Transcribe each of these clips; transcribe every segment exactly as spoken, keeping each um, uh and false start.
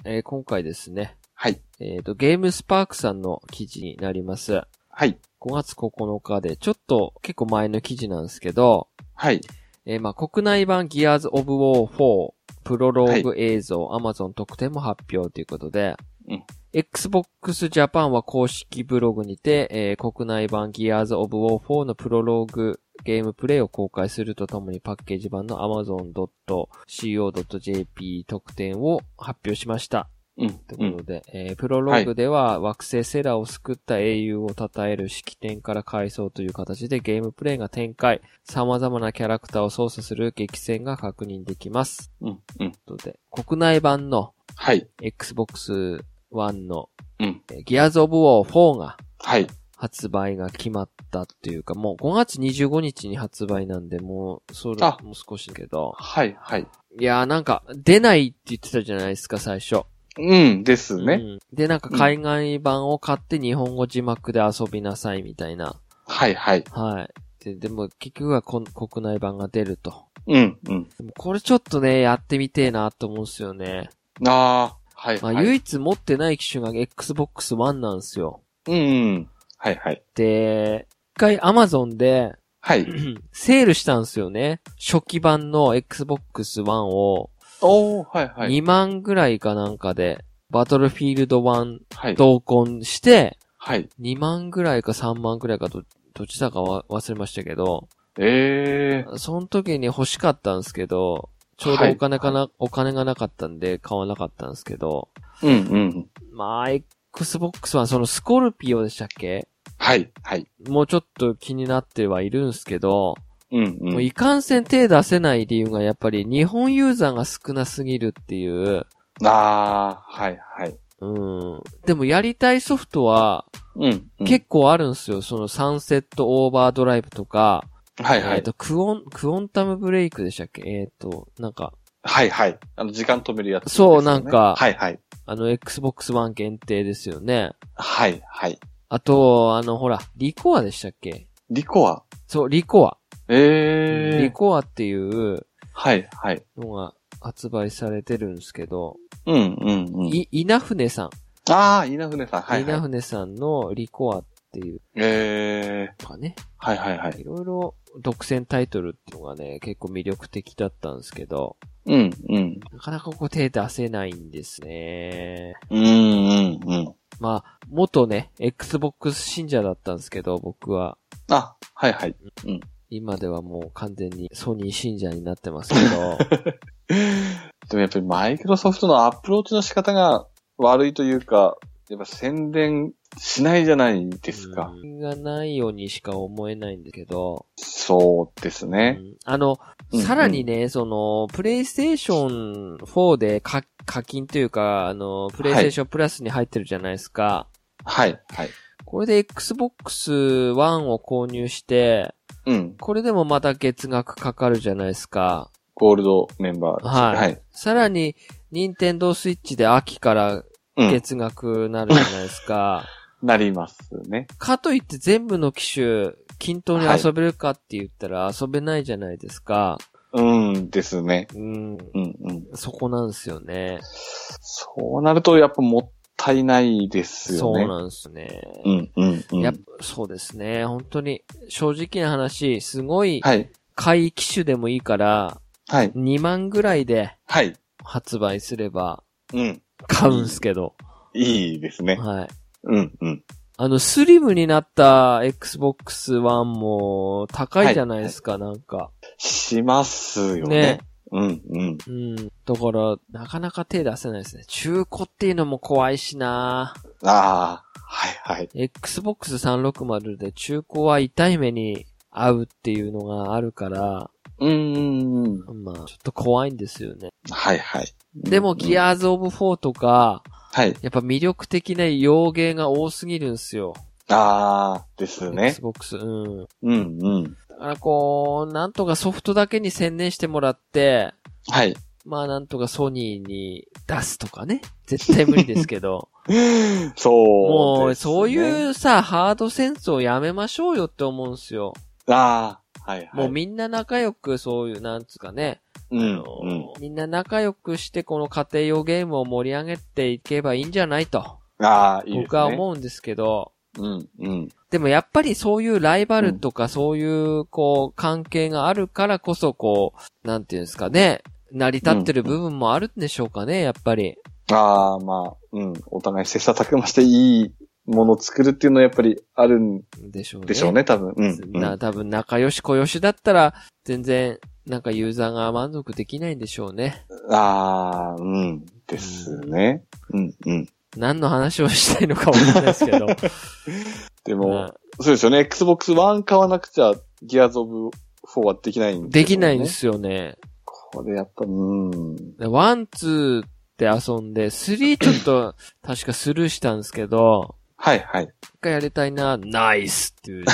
えー、今回ですね。 はい。 えっと、ゲームスパークさんの記事になります。 はい。 ごがつここのかで、ちょっと結構前の記事なんですけど、 はい。 えー、まあ、国内版 Gears of War フォープロローグ映像、はい、Amazon 特典も発表ということで、うん、Xbox Japan は公式ブログにて、えー、国内版 Gears of War フォーのプロローグゲームプレイを公開するとともにパッケージ版の アマゾンドットシーオードットジェーピー 特典を発表しました。うん。ということで、うんえー、プロローグでは惑星セラを救った英雄を称える式典から回想という形でゲームプレイが展開、様々なキャラクターを操作する激戦が確認できます。うん。うん。ということで、国内版の、はい。Xbox One の、うん。Gears of War フォーが、はい。発売が決まったっていうか、もうごがつにじゅうごにちに発売なんで、もう、それ、もう少しだけど。 はい、はい。 いやーなんか、出ないって言ってたじゃないですか、最初。 うんですね、うん。 で、なんか海外版を買って日本語字幕で遊びなさいみたいな。 はいはい。 はい。で、でも結局はこ国内版が出ると。 うんうん。 でもこれちょっとね、やってみてえなと思うんですよね。 ああ、はいはい。 まあ、唯一持ってない機種が Xbox One なんですよ。 うんうん。はいはい。 で、一回 Amazon で、 はい。 セールしたんですよね。初期版の Xbox One を。 おー、はいはい。 にまんぐらいかなんかで、バトルフィールドワン同梱して、はい。にまんぐらいかさんまんぐらいかど、どっちだかわ忘れましたけど、 ええー。 その時に欲しかったんですけど、ちょうどお金かな、はい、お金がなかったんで買わなかったんですけど、 うんうん。 まあ、Xbox はそのスコルピオでしたっけ？ はい、はい。 もうちょっと気になってはいるんですけど、 うんうん、 もういかんせん手出せない理由がやっぱり日本ユーザーが少なすぎるっていう。 ああ、はいはい。 うん。でもやりたいソフトは、 うん、うん。 結構あるんですよ。そのサンセットオーバードライブとか。 はいはい。 えっと、クオン、クオンタムブレイクでしたっけ？えっと、なんか。 はいはい。あの、時間止めるやつですよね。そう、なんか。 はいはい。 あの、Xbox One 限定ですよね。 はいはい。 あと、あの、ほら、リコアでしたっけ？ リコア？ そう、リコア。 ええー。 リコアっていう、 はいはい。 のが発売されてるんですけど。 うんうんうん。 い、稲船さん。 ああ、稲船さん。はいはい。 稲船さんのリコアっていう。 ええー。 とかね。 はいはいはい。 いろいろ独占タイトルっていうのがね、結構魅力的だったんですけど。 うんうん。 なかなかここ手出せないんですね。 うんうんうん。 まあ、元ね、Xbox 信者だったんですけど、僕は。 あ、はいはい。うん。 今ではもう完全にソニー信者になってますけど。 でもやっぱりマイクロソフトのアプローチの仕方が悪いというか、やっぱ宣伝しないじゃないですか。 がないようにしか思えないんだけど。 そうですね。 うん、あの、うんうん、さらにね、その、プレイステーションフォーで課金というか、あの、プレイステーションプラスに入ってるじゃないですか。 はい、はい。 これで Xbox One を購入して、うん。これでもまた月額かかるじゃないですか。 ゴールドメンバーです。 はい。はい。さらに、任天堂スイッチで秋から月額なるじゃないですか。 うん、なりますね。 かといって全部の機種、均等に遊べるかって言ったら遊べないじゃないですか。 はい、うんですね。 うん。うんうん。そこなんですよね。 そうなるとやっぱもったいないですよね。 そうなんですね。 うんうんうん。 やっぱそうですね。本当に正直な話、すごい、はい。買い機種でもいいから、はい。にまんぐらいで、はい。発売すれば、うん。買うんすけど。 いいですね。 はい。 うんうん。 あの、スリムになった Xbox One も高いじゃないですか、はい、なんか。 しますよね。ね。うんうん。 うん。だから、なかなか手出せないですね。中古っていうのも怖いしな。 ああ、はいはい。 エックスボックスさんびゃくろくじゅう で中古は痛い目に遭うっていうのがあるから、 うーん。まあ、ちょっと怖いんですよね。 はいはい。 でも、ギアーズ・オブ・フォーとか、 はい。 やっぱ魅力的な洋芸が多すぎるんですよ。 ああ、ですね。 Xbox、うん。 うんうん。 だからこう、なんとかソフトだけに専念してもらって、 はい。 まあなんとかソニーに出すとかね。絶対無理ですけど。 そうですね。 もう、そういうさ、ハード戦争やめましょうよって思うんですよ。 ああ、はいはい。 もうみんな仲良くそういう、なんつうかね、 うんあのうん、 みんな仲良くしてこの家庭用ゲームを盛り上げていけばいいんじゃないと。 ああ、いいですね。 僕は思うんですけど、 うんうん、 でもやっぱりそういうライバルとかそういうこう関係があるからこそこう、なんていうんですかね、成り立ってる部分もあるんでしょうかね、やっぱり。 ああ、まあ、うん。お互い切磋琢磨していいものを作るっていうのはやっぱりあるんでしょうね。 でしょうね、多分。うん、うん。 な、多分仲良し小良しだったら、全然、なんかユーザーが満足できないんでしょうね。 ああ、うん。ですね。うん、うん。 何の話をしたいのかわかんないですけど。 でも、まあ、そうですよね。Xbox One 買わなくちゃ、Gears of フォーはできないんですよね。 できないんですよね。 これやっぱ、うん。 ワン、ツーって遊んで、スリーちょっと、確かスルーしたんですけど、 はいはい。 一回やりたいな、ナイスっていう、ね。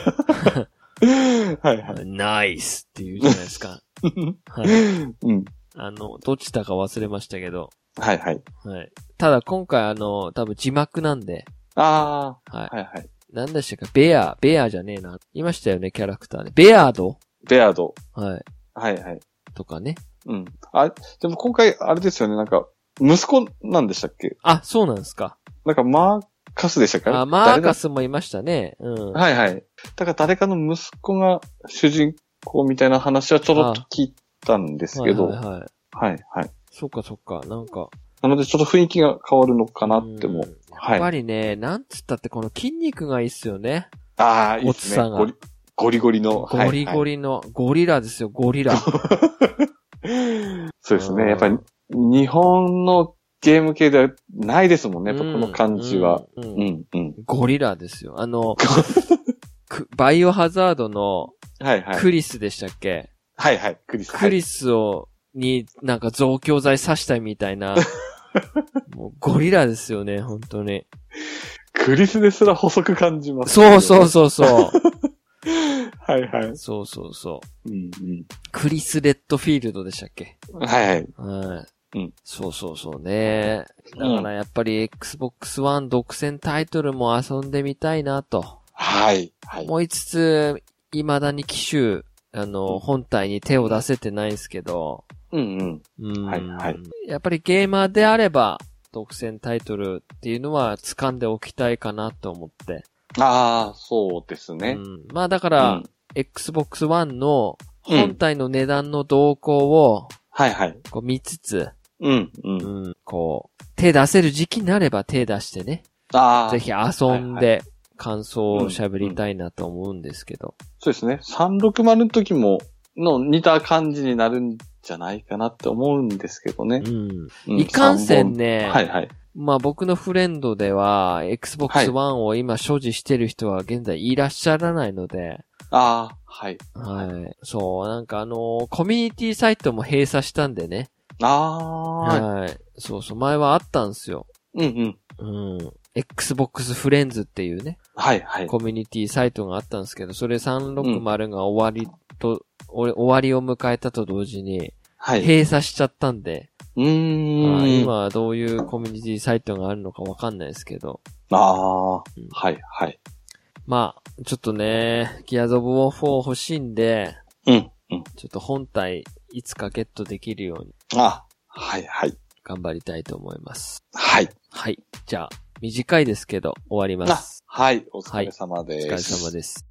はいはい。 ナイスっていうじゃないですか。はい。うん。あの、どっちだか忘れましたけど。 はいはい。 はい。ただ今回あの、多分字幕なんで。 ああ。 はい。 はいはい。 何でしたかベア、ベアじゃねえな。いましたよね、キャラクターで。ベアードベアード。 はい。 はいはい。 とかね。 うん。あ、でも今回、あれですよね、なんか、息子なんでしたっけ？ あ、そうなんですか。 なんか、マーカスでしたか？ あ、マーカスもいましたね。うん。 はいはい。だから誰かの息子が主人公みたいな話はちょろっと聞いたんですけど。はいはい、はい。はいはい。 そっかそっか、なんか。 なのでちょっと雰囲気が変わるのかなっても。 やっぱりね、はい、なんつったってこの筋肉がいいっすよね。 ああ、いいっすね。ゴリゴリゴリの。 ゴリゴリの、はいはい、ゴリラですよ、ゴリラ。 そうですね。やっぱり日本のゲーム系ではないですもんね。やっぱこの感じは。うん、うん、うんうん。 ゴリラですよ。あの、バイオハザードのクリスでしたっけ？ はいはい、クリス。 クリスを、になんか増強剤刺したいみたいな。もうゴリラですよね、本当に。 クリスですら細く感じます、 ね。そうそうそうそう。 はいはい。 そうそうそう、 うんうん。 クリス・レッドフィールドでしたっけ？ はいはい。 はい。うん。そうそうそうね。 だからやっぱり Xbox One 独占タイトルも遊んでみたいなと。 はい。はい。 思いつつ、未だに機種、あの、本体に手を出せてないんですけど。 うんうん。 うん。 はいはい。 やっぱりゲーマーであれば、独占タイトルっていうのは掴んでおきたいかなと思って。 ああ、そうですね。 うん、まあだから、うん、Xbox One の本体の値段の動向を、うん、 はいはい。 こう見つつ、 うん、うん、 うん。こう、手出せる時期になれば手出してね。 ああ。 ぜひ遊んで、感想を喋りたいなと思うんですけど。 そうですね。さんろくまるの時も、の似た感じになるんじゃないかなって思うんですけどね。 うん。うん、いかんせんね。 はいはい。 まあ僕のフレンドでは、Xbox One を今所持してる人は現在いらっしゃらないので。 ああ、はい。 はい。そう、なんかあのー、コミュニティサイトも閉鎖したんでね。 ああ。 はい。そうそう、前はあったんですよ。 うんうん。 うん。Xbox フレンズっていうね。 はいはい。 コミュニティサイトがあったんですけど、それさんろくまるが終わりと、うん、終わりを迎えたと同時に、はい。閉鎖しちゃったんで。 うーん。 今はどういうコミュニティサイトがあるのかわかんないですけど。 ああ、うん、はいはい。 まあ、ちょっとね、Gears of War フォー欲しいんで、 うん、うん。 ちょっと本体いつかゲットできるように。 あ、はいはい。 頑張りたいと思います。 はい。 はい。じゃあ、短いですけど、終わります。 はい。お疲れ様です。 はい、お疲れ様です。